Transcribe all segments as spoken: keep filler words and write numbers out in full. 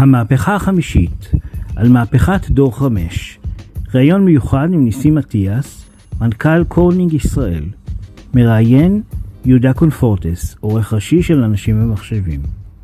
המהפכה החמישית, על מהפכת דור חמש. ראיון מיוחד עם ניסים אטיאס, מנכ"ל קורנינג ישראל. מראיין יהודה קונפורטס, עורך ראשי של אנשים ומחשבים.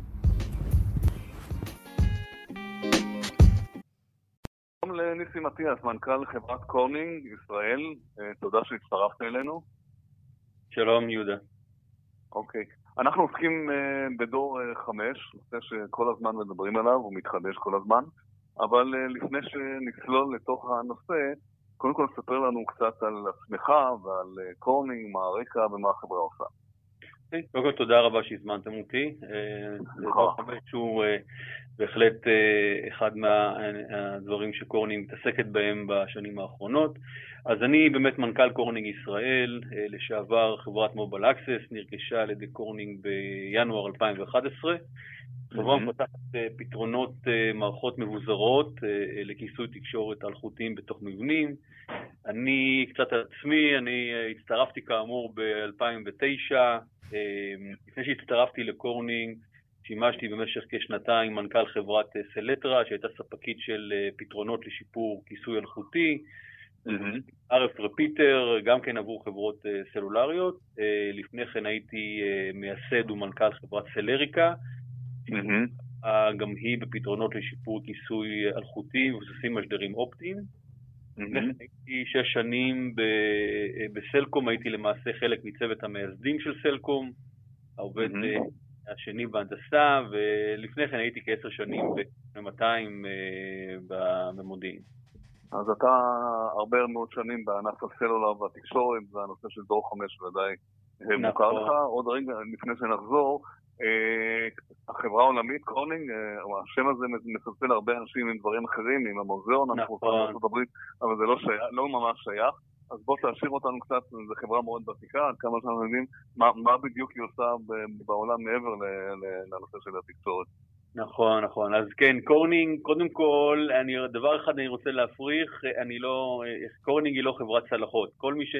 שלום לניסים אטיאס, מנכ"ל חברת קורנינג ישראל. תודה שהצטרפת אלינו. שלום יהודה. אוקיי. אנחנו עוסקים uh, בדור uh, חמש, נושא שכל הזמן מדברים עליו, הוא מתחדש כל הזמן, אבל uh, לפני שנצלול לתוך הנושא, קודם כל ספר לנו קצת על עצמך ועל uh, קורנינג, מה הרקע ומה החברה עושה. Okay, קודם כל תודה רבה שהזמנתם אותי. דור חמש הוא בהחלט אחד מהדברים שקורנינג מתעסקת בהם בשנים האחרונות. אז אני באמת מנכ"ל קורנינג ישראל, לשעבר חברת מובייל אקסס, נרכשה על ידי קורנינג בינואר אלפיים ואחת עשרה. חברה מפתחת פתרונות מערכות מבוזרות לכיסוי תקשורת אלחוטיים בתוך מבנים. אני קצת על עצמי, אני הצטרפתי כאמור ב-אלפיים ותשע, לפני שהצטרפתי לקורנינג, שימשתי במשך כשנתיים מנכ"ל חברת סלטרה, שהייתה ספקית של פתרונות לשיפור כיסוי אלחוטי, אר אף רפיטר, גם כן עבור חברות סלולריות. לפני כן הייתי מייסד ומנכ"ל חברת סלריקה, גם היא בפתרונות לשיפור כיסוי אלחוטי ובססים משדרים אופטיים. הייתי שש שנים בסלקום, הייתי למעשה חלק מצוות המייסדים של סלקום, העובד השני בהנדסה, ולפני כן הייתי כעשר שנים ב-מאתיים במודיעין. אז אתה הרבה מאוד שנים בענף הסלולר והתקשורת, והנושא של דור חמש ודאי מוכר לך. עוד רגע לפני שנחזור, החברה העולמית, קורנינג, השם הזה מספר הרבה אנשים עם דברים אחרים, עם המוזיאון, אנחנו עושים בארצות הברית, אבל זה לא שייך, לא ממש שייך. אז בוא תשאיר אותנו קצת, זו חברה מאוד ותיקה, עד כמה שאנחנו יודעים, מה, מה בדיוק היא עושה בעולם מעבר לנושא של התקשורת. נכון, נכון. אז כן, קורנינג, קודם כל, אני, דבר אחד אני רוצה להפריך, אני לא, קורנינג היא לא חברת צלחות. כל מי ש...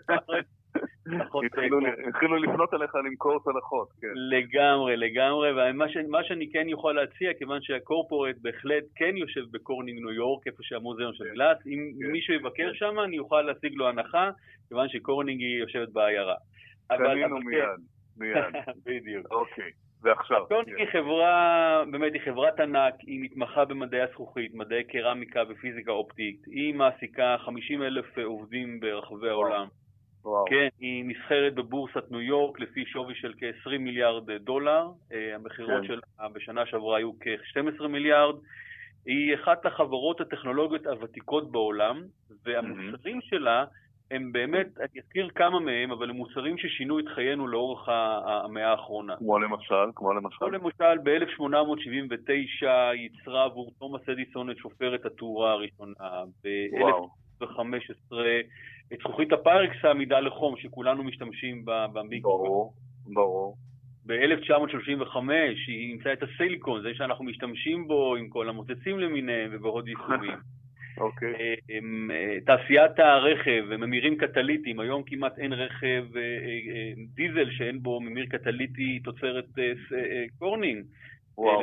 התחילו לפנות עליך למכור צלחות, כן. לגמרי, לגמרי, ומה שאני כן יכול להציע, כיוון שהקורפורט בהחלט כן יושב בקורנינג ניו יורק, איפה שהמוזיאון של גלאס, אם מישהו יבקר שם, אני אוכל להשיג לו הנחה, כיוון שקורנינג היא יושבת בעיירה. קנינו מיד, מיד. בדיוק. אוקיי. ועכשיו. קורנינג היא חברה, באמת היא חברת ענק, היא מתמחה במדעי הזכוכית, מדעי קרמיקה ופיזיקה אופטית, היא מעסיקה חמישים אלף עובדים ברחבי העולם. וואו. כן, היא נסחרת בבורסת ניו יורק לפי שווי של כ-עשרים מיליארד דולר, המחירות כן. שלה בשנה שעברה היו כ-שנים עשר מיליארד, היא אחת החברות הטכנולוגיות הוותיקות בעולם, והמוצרים mm-hmm. שלה הם באמת, אני אזכיר כמה מהם, אבל הם מוצרים ששינו את חיינו לאורך המאה האחרונה. כמו למשל, כמו למשל. כמו למשל, ב-אלף שמונה מאות שבעים ותשע ייצרה עבור תומאס אדיסון את שופרת התאורה הראשונה, ב-אלף וחמש עשרה את זכוכית הפיירקס העמידה לחום, שכולנו משתמשים במיקרו. ברור, ברור. ב-אלף תשע מאות שלושים וחמש היא נמצאה את הסיליקון, זה שאנחנו משתמשים בו עם כל המוצצים למיניהם ובעוד יישומים. אוקיי. תעשיית הרכב, ממירים קטליטיים, היום כמעט אין רכב דיזל שאין בו ממיר קטליטי תוצרת קורנינג. וואו.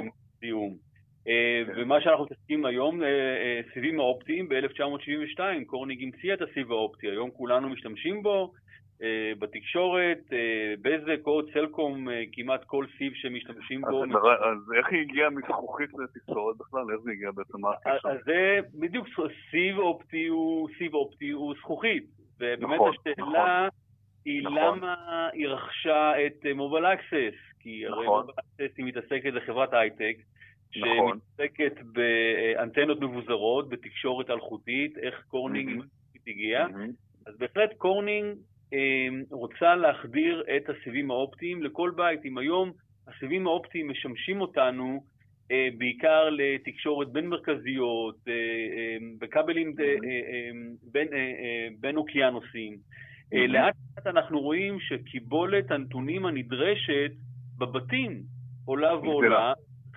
ומה שאנחנו מתעסקים היום, סיבים האופטיים, ב-אלף תשע מאות שבעים ושתיים קורנינג המציאה את הסיב האופטי, היום כולנו משתמשים בו בתקשורת, בזק, קוד, סלקום, כמעט כל סיב שמשתמשים בו. אז איך היא הגיעה מזכוכית לתקשורת בכלל? איך זה הגיע בעצם? אז זה בדיוק, סיב אופטי הוא סיב אופטי הוא זכוכית, ובאמת השאלה היא למה היא רכשה את מובייל אקסס, כי הרי מובייל אקסס היא מתעסקת לחברת הייטק, שמתעסקת באנטנות מבוזרות, בתקשורת אלחוטית, איך קורנינג הגיע. אז בהחלט קורנינג רוצה להחדיר את הסיבים האופטיים לכל בית. אם היום הסיבים האופטיים משמשים אותנו בעיקר לתקשורת בין מרכזיות, בכבלים בין, בין אוקיינוסים, לאט לאט אנחנו רואים שקיבולת הנתונים הנדרשת בבתים עולה ועולה,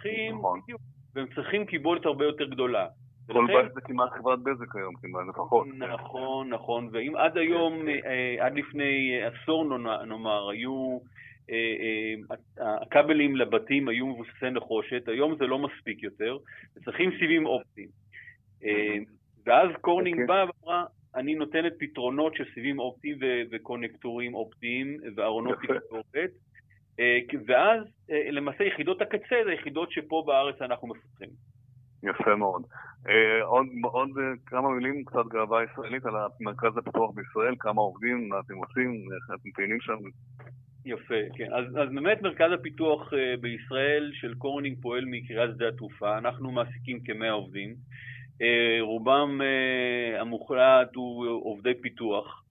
והם צריכים קיבולת הרבה יותר גדולה. כל בית זה כמעט חברת בזק היום, כמעט לפחות. נכון, נכון, ואם עד היום, עד לפני עשור נאמר, היו הכבלים לבתים היו מבוססי נחושת, היום זה לא מספיק יותר, צריכים סיבים אופטיים. ואז קורנינג בא ואמרה, אני נותנת פתרונות של סיבים אופטיים וקונקטורים אופטיים וארונות תקשורת, ואז למעשה יחידות הקצה זה יחידות שפה בארץ אנחנו מפתחים. יפה מאוד. עוד, עוד כמה מילים, קצת גאווה ישראלית על המרכז הפיתוח בישראל, כמה עובדים, מה אתם עושים, איך אתם פעילים שם? יפה, כן. אז, אז באמת מרכז הפיתוח בישראל של קורנינג פועל מקריית שדה התעופה, אנחנו מעסיקים כמאה עובדים, רובם המוחלט הוא עובדי פיתוח.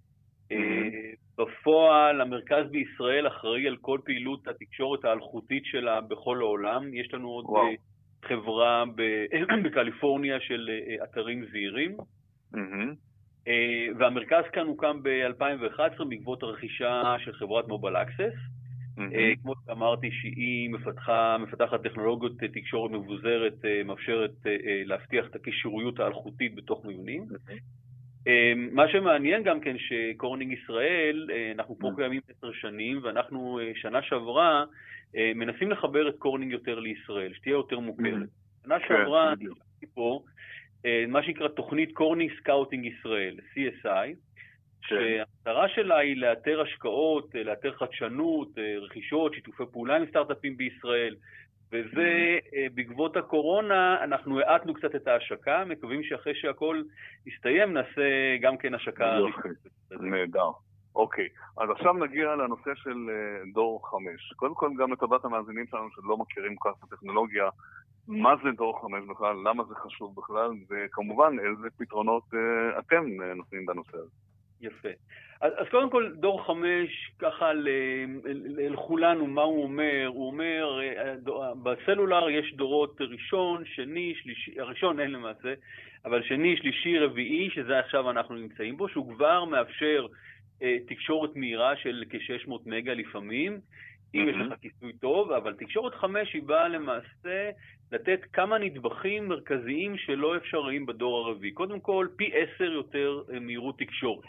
בפועל, המרכז בישראל אחראי על כל פעילות התקשורת האלחוטית שלה בכל העולם. יש לנו עוד וואו. חברה בקליפורניה של אתרים זעירים. Mm-hmm. והמרכז כאן הוקם ב-אלפיים ואחת עשרה בעקבות הרכישה של חברת מובייל אקסס. Mm-hmm. כמו שאמרתי שהיא מפתחה, מפתחת טכנולוגיות תקשורת מבוזרת, מאפשרת להבטיח את הקישוריות האלחוטית בתוך מבנים. Mm-hmm. מה שמעניין גם כן שקורנינג ישראל, אנחנו פה קיימים עשר שנים, ואנחנו שנה שעברה מנסים לחבר את קורנינג יותר לישראל, שתהיה יותר מוכרת. שנה שעברה נשארתי פה מה שנקרא תוכנית קורנינג סקאוטינג ישראל, סי אס איי, שהמטרה שלה היא לאתר השקעות, לאתר חדשנות, רכישות, שיתופי פעולה עם סטארט-אפים בישראל, וזה, בעקבות הקורונה, אנחנו העטנו קצת את ההשקה, מקווים שאחרי שהכל יסתיים, נעשה גם כן השקה. נהדר. אוקיי, אז עכשיו נגיע לנושא של דור חמש. קודם כל, גם לטובת המאזינים שלנו שלא מכירים כל כך את הטכנולוגיה, מה זה דור חמש בכלל, למה זה חשוב בכלל, וכמובן, איזה פתרונות אתם נותנים בנושא הזה. יפה. אז, אז קודם כל, דור חמש, ככה לכולנו, מה הוא אומר? הוא אומר, בסלולר יש דורות ראשון, שני, שלישי, הראשון אין למעשה, אבל שני, שלישי, רביעי, שזה עכשיו אנחנו נמצאים בו, שהוא כבר מאפשר אה, תקשורת מהירה של כ-שש מאות מגה לפעמים, אם יש לך כיסוי טוב, אבל תקשורת חמש היא באה למעשה לתת כמה נדבכים מרכזיים שלא אפשריים בדור הרביעי. קודם כל, פי עשר יותר מהירות תקשורת.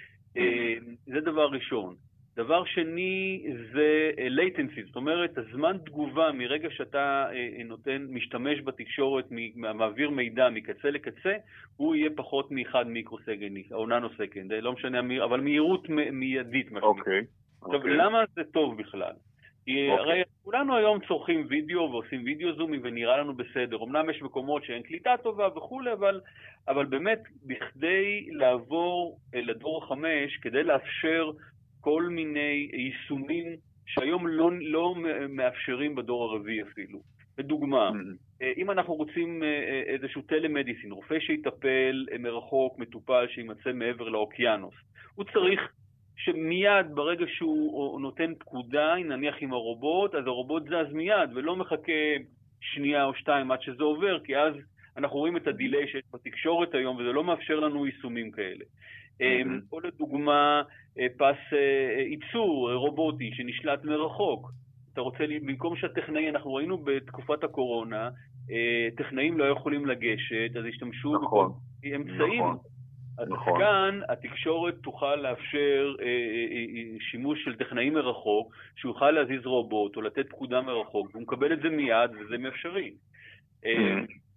זה דבר ראשון. דבר שני זה latency, זאת אומרת, הזמן תגובה מרגע שאתה נותן, משתמש בתקשורת, מעביר מידע מקצה לקצה, הוא יהיה פחות מאחד מיקרוסקנד, או ננוסקנד, לא משנה, אבל מהירות מיידית. אוקיי. עכשיו, למה זה טוב בכלל? כי הרי כולנו היום צורכים וידאו ועושים וידאו זומים ונראה לנו בסדר. אמנם יש מקומות שאין קליטה טובה וכולי, אבל, אבל באמת, בכדי לעבור לדור החמש, כדי לאפשר כל מיני יישומים שהיום לא, לא מאפשרים בדור הרביעי אפילו. בדוגמה, mm-hmm. אם אנחנו רוצים איזשהו טלמדיסין, רופא שיטפל מרחוק, מטופל שימצא מעבר לאוקיינוס, הוא צריך שמיד ברגע שהוא נותן פקודה, נניח עם הרובוט, אז הרובוט זז מיד ולא מחכה שנייה או שתיים עד שזה עובר, כי אז אנחנו רואים את הדילי שיש בתקשורת היום, וזה לא מאפשר לנו יישומים כאלה. Mm-hmm. או לדוגמה, פס ייצור רובוטי שנשלט מרחוק. אתה רוצה, במקום שהטכנאי, אנחנו ראינו בתקופת הקורונה, טכנאים לא יכולים לגשת, אז השתמשו נכון. בכל אמצעים. נכון. אז נכון. כאן התקשורת תוכל לאפשר אה, אה, שימוש של טכנאים מרחוק, שיוכל להזיז רובוט או לתת פקודה מרחוק, והוא מקבל את זה מיד וזה מאפשרי. אה,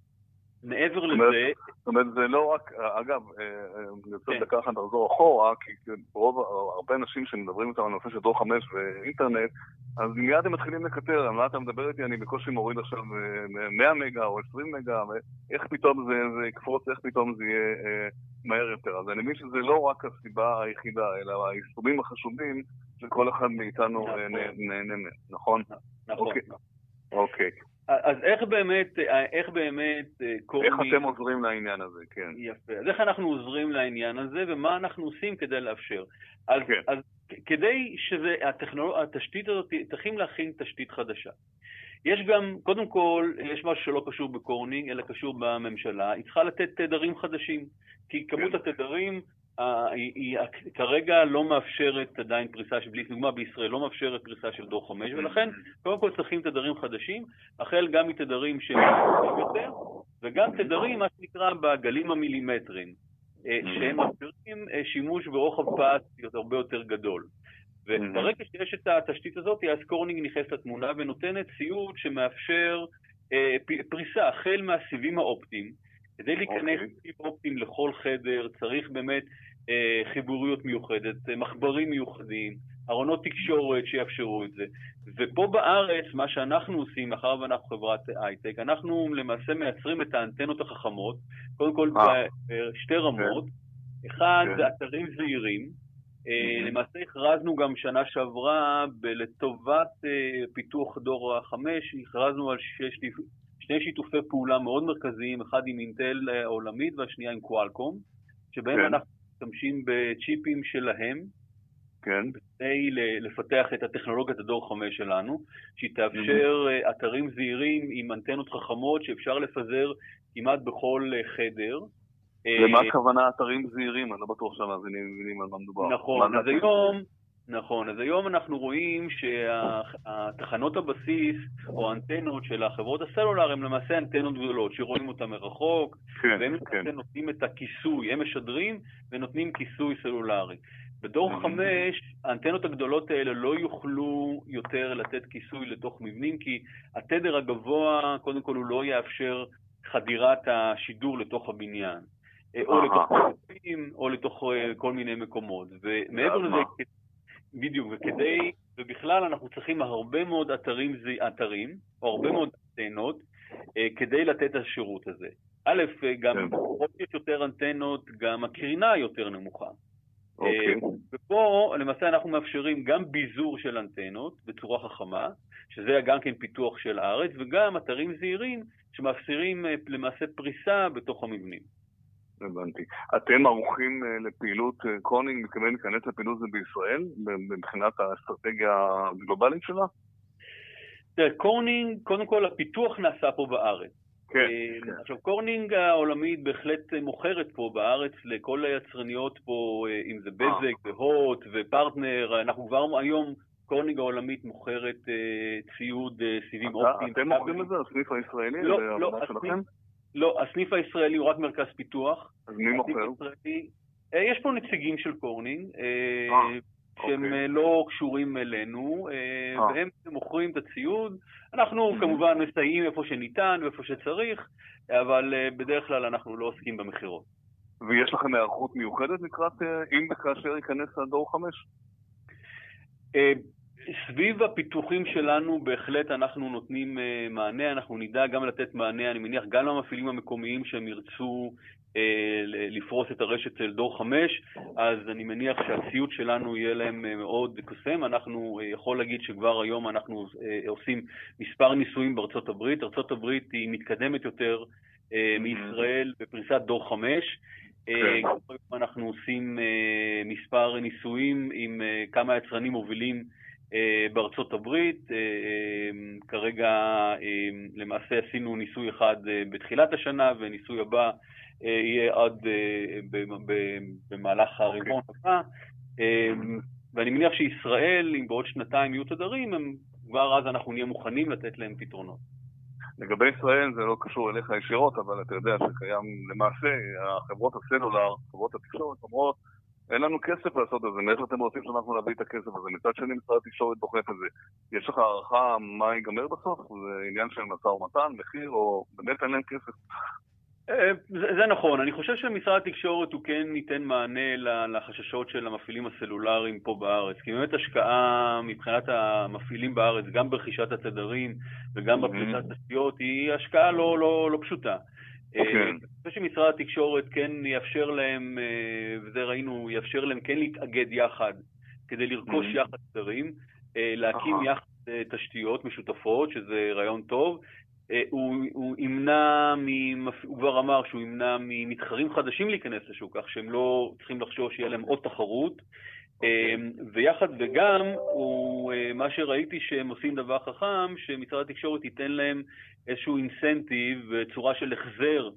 מעבר לזה... זאת אומרת, זה לא רק, אגב, אני רוצה דקה אחת לחזור אחורה, כי רוב, הרבה אנשים שמדברים איתם על נושא של דור חמש ואינטרנט, אז מיד הם מתחילים לקטר, על מה אתה מדבר איתי, אני בקושי מוריד עכשיו מאה מגה או עשרים מגה, איך פתאום זה יקפוץ, איך פתאום זה יהיה מהר יותר. אז אני מבין שזה לא רק הסיבה היחידה, אלא היישומים החשובים שכל אחד מאיתנו נהנה, נכון? נכון. אוקיי. אז איך באמת, איך באמת קוראים... איך אתם עוזרים לעניין הזה, כן. יפה. אז איך אנחנו עוזרים לעניין הזה, ומה אנחנו עושים כדי לאפשר? אז, כן. אז כדי שזה, הטכנולוגיה, התשתית הזאת, צריכים להכין תשתית חדשה. יש גם, קודם כל, יש משהו שלא קשור בקורנינג, אלא קשור בממשלה. היא צריכה לתת תדרים חדשים, כי כמות כן. התדרים... היא, היא כרגע לא מאפשרת עדיין פריסה של בלי דוגמה בישראל, לא מאפשרת פריסה של דור חמש, ולכן קודם כל צריכים תדרים חדשים, החל גם מתדרים שהם יותר, וגם תדרים, מה שנקרא, בגלים המילימטרים, שהם מאפשרים שימוש ברוחב פס הרבה יותר גדול. וברגע שיש את התשתית הזאת, אז קורנינג נכנס לתמונה ונותנת ציוד שמאפשר אה, פריסה, החל מהסיבים האופטיים. כדי להיכנס okay. סיב אופטיים לכל חדר, צריך באמת אה, חיבוריות מיוחדת, מחברים מיוחדים, ארונות תקשורת שיאפשרו את זה. ופה בארץ, מה שאנחנו עושים, מאחר ואנחנו חברת הייטק, אנחנו למעשה מייצרים את האנטנות החכמות, קודם כל בשתי רמות, אחד זה אתרים זעירים, למעשה הכרזנו גם שנה שעברה, לטובת פיתוח דור החמש, הכרזנו על שני שיתופי פעולה מאוד מרכזיים, אחד עם אינטל העולמית והשנייה עם קואלקום, שבהם אנחנו משתמשים בצ'יפים שלהם, כן. כדי לפתח את הטכנולוגיית הדור חמש שלנו, שהיא תאפשר mm-hmm. אתרים זעירים עם אנטנות חכמות שאפשר לפזר כמעט בכל חדר. למה הכוונה אתרים זעירים? אני לא בטוח שהמאזינים מבינים על מה מדובר. נכון, אז היום, נכון, אז היום אנחנו רואים שהתחנות הבסיס או האנטנות של החברות הסלולר הן למעשה אנטנות גדולות, שרואים אותן מרחוק, כן, והם כן. נותנים את הכיסוי, הם משדרים ונותנים כיסוי סלולרי. בדור חמש, האנטנות הגדולות האלה לא יוכלו יותר לתת כיסוי לתוך מבנים, כי התדר הגבוה, קודם כל, הוא לא יאפשר חדירת השידור לתוך הבניין, או לתוך מבנים, או לתוך כל מיני מקומות. ומעבר לזה, בדיוק, וכדי, ובכלל אנחנו צריכים הרבה מאוד אתרים, אתרים, או הרבה מאוד אנטנות, כדי לתת את השירות הזה. א', גם עוד יש יותר אנטנות, גם הקרינה יותר נמוכה. Okay. ופה למעשה אנחנו מאפשרים גם ביזור של אנטנות בצורה חכמה, שזה גם כן פיתוח של הארץ, וגם אתרים זעירים שמאפשרים למעשה פריסה בתוך המבנים. הבנתי. אתם ערוכים לפעילות, קורנינג מתכוון להיכנס לפעילות זה בישראל, מבחינת האסטרטגיה הגלובלית שלה? קורנינג, קודם כל הפיתוח נעשה פה בארץ. כן, כן. עכשיו, קורנינג העולמית בהחלט מוכרת פה בארץ לכל היצרניות פה, אם זה בזק והוט ופרטנר, אנחנו כבר היום, קורנינג העולמית מוכרת ציוד סיבים אופטיים. אתם מוכרים את זה, הסניף הישראלי? לא, לא, לא, הסניף הישראלי הוא רק מרכז פיתוח. אז מי מוכר? יש פה נציגים של קורנינג, שהם לא קשורים אלינו, והם מוכרים את הציוד. אנחנו כמובן מסייעים איפה שניתן ואיפה שצריך, אבל בדרך כלל אנחנו לא עוסקים במחירות. ויש לכם הערכות מיוחדת לקראת אם וכאשר ייכנס הדור חמש? סביב הפיתוחים שלנו בהחלט אנחנו נותנים מענה, אנחנו נדע גם לתת מענה, אני מניח גם למפעילים המקומיים שהם ירצו לפרוס את הרשת של דור חמש, אז אני מניח שהציוד שלנו יהיה להם מאוד קוסם. אנחנו יכול להגיד שכבר היום אנחנו עושים מספר ניסויים בארצות הברית. ארצות הברית היא מתקדמת יותר מישראל בפריסת דור חמש. אנחנו עושים מספר ניסויים עם כמה יצרנים מובילים בארצות הברית. כרגע למעשה עשינו ניסוי אחד בתחילת השנה, וניסוי הבא יהיה עד במהלך הרבעון הבא, ואני מניח שישראל, אם בעוד שנתיים יהיו תדרים, כבר אז אנחנו נהיה מוכנים לתת להם פתרונות. לגבי ישראל זה לא קשור אליך ישירות, אבל אתה יודע שקיים למעשה, החברות הסלולר, חברות התקשורת, אומרות, אין לנו כסף לעשות את זה, מאיפה אתם רוצים שאנחנו נביא את הכסף הזה? מצד שני משרד התקשורת דוחף את זה. יש לך הערכה מה ייגמר בסוף? זה עניין של משא ומתן, מחיר, או באמת אין להם כסף? זה, זה נכון, אני חושב שמשרד התקשורת הוא כן ניתן מענה לחששות של המפעילים הסלולריים פה בארץ, כי באמת השקעה מבחינת המפעילים בארץ, גם ברכישת התדרים וגם בפריסת תשתיות, היא השקעה לא, לא, לא פשוטה. אני חושב שמשרד התקשורת כן יאפשר להם, וזה ראינו, יאפשר להם כן להתאגד יחד כדי לרכוש יחד תדרים, להקים יחד תשתיות משותפות, שזה רעיון טוב. הוא, הוא ימנע, ממפ... הוא כבר אמר שהוא ימנע ממתחרים חדשים להיכנס לשוק, כך שהם לא צריכים לחשוב שיהיה להם עוד תחרות. ויחד וגם, הוא, מה שראיתי שהם עושים דבר חכם, שמשרד התקשורת ייתן להם איזשהו אינסנטיב בצורה של החזר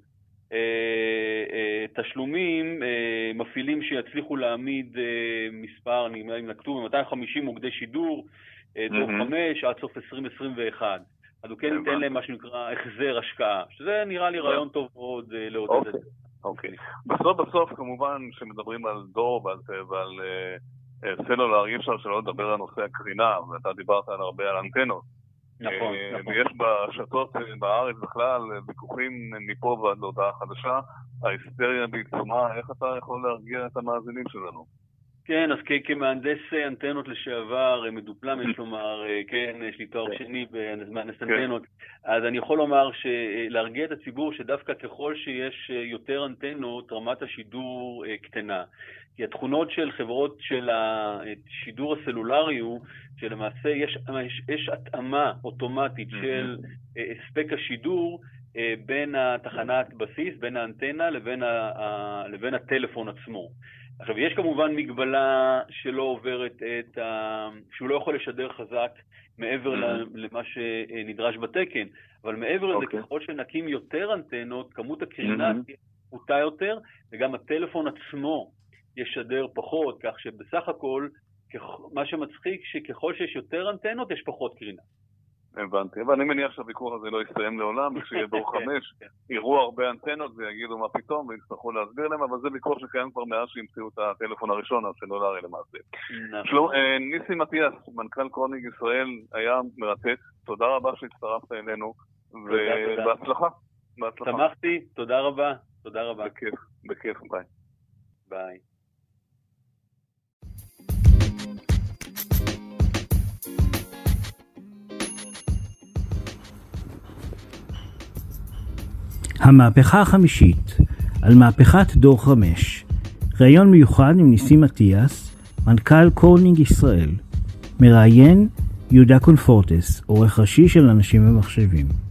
תשלומים, מפעילים שיצליחו להעמיד מספר, אני אומר, אם נקטו ב-מאתיים וחמישים מוקדי שידור, דור חמש עד סוף עשרים עשרים ואחת. אז הוא כן ניתן להם מה שנקרא החזר השקעה, שזה נראה לי רעיון טוב מאוד לעודד את זה. אוקיי. בסוף בסוף כמובן שמדברים על דור ועל סלולר, אי אפשר שלא לדבר על נושא הקרינה, ואתה דיברת על הרבה על אנטנות. נכון, נכון. ויש ברשתות בארץ בכלל ויכוחים מפה ועד להודעה חדשה, ההיסטריה בעיצומה, איך אתה יכול להרגיע את המאזינים שלנו? כן, אז כמהנדס אנטנות לשעבר, מדופלם, יש לומר, כן, יש לי תואר שני במהנדס אנטנות, אז אני יכול לומר שלהרגיע את הציבור שדווקא ככל שיש יותר אנטנות, רמת השידור קטנה. כי התכונות של חברות של השידור הסלולרי הוא שלמעשה יש, יש, יש התאמה אוטומטית של ספק השידור בין התחנת בסיס, בין האנטנה לבין, ה, לבין הטלפון עצמו. עכשיו, יש כמובן מגבלה שלא עוברת את ה... שהוא לא יכול לשדר חזק מעבר למה שנדרש בתקן, אבל מעבר לזה, ככל שנקים יותר אנטנות, כמות הקרינה תהיה פחותה יותר, וגם הטלפון עצמו ישדר פחות, כך שבסך הכל, מה שמצחיק שככל שיש יותר אנטנות, יש פחות קרינה. הבנתי, אבל אני מניח שהוויכוח הזה לא יסתיים לעולם, כשיהיה דור חמש, יראו הרבה אנטנות ויגידו מה פתאום, ויצטרכו להסביר להם, אבל זה ויכוח שקיים כבר מאז שהמציאו את הטלפון הראשון, הסלולרי למעשה. ניסים אטיאס, מנכ"ל קורנינג ישראל, היה מרתק, תודה רבה שהצטרפת אלינו, ובהצלחה. שמחתי, תודה רבה, תודה רבה. בכיף, בכיף, ביי. ביי. המהפכה החמישית, על מהפכת דור חמש. ראיון מיוחד עם ניסים אטיאס, מנכ"ל קורנינג ישראל. מראיין יהודה קונפורטס, עורך ראשי של אנשים ומחשבים.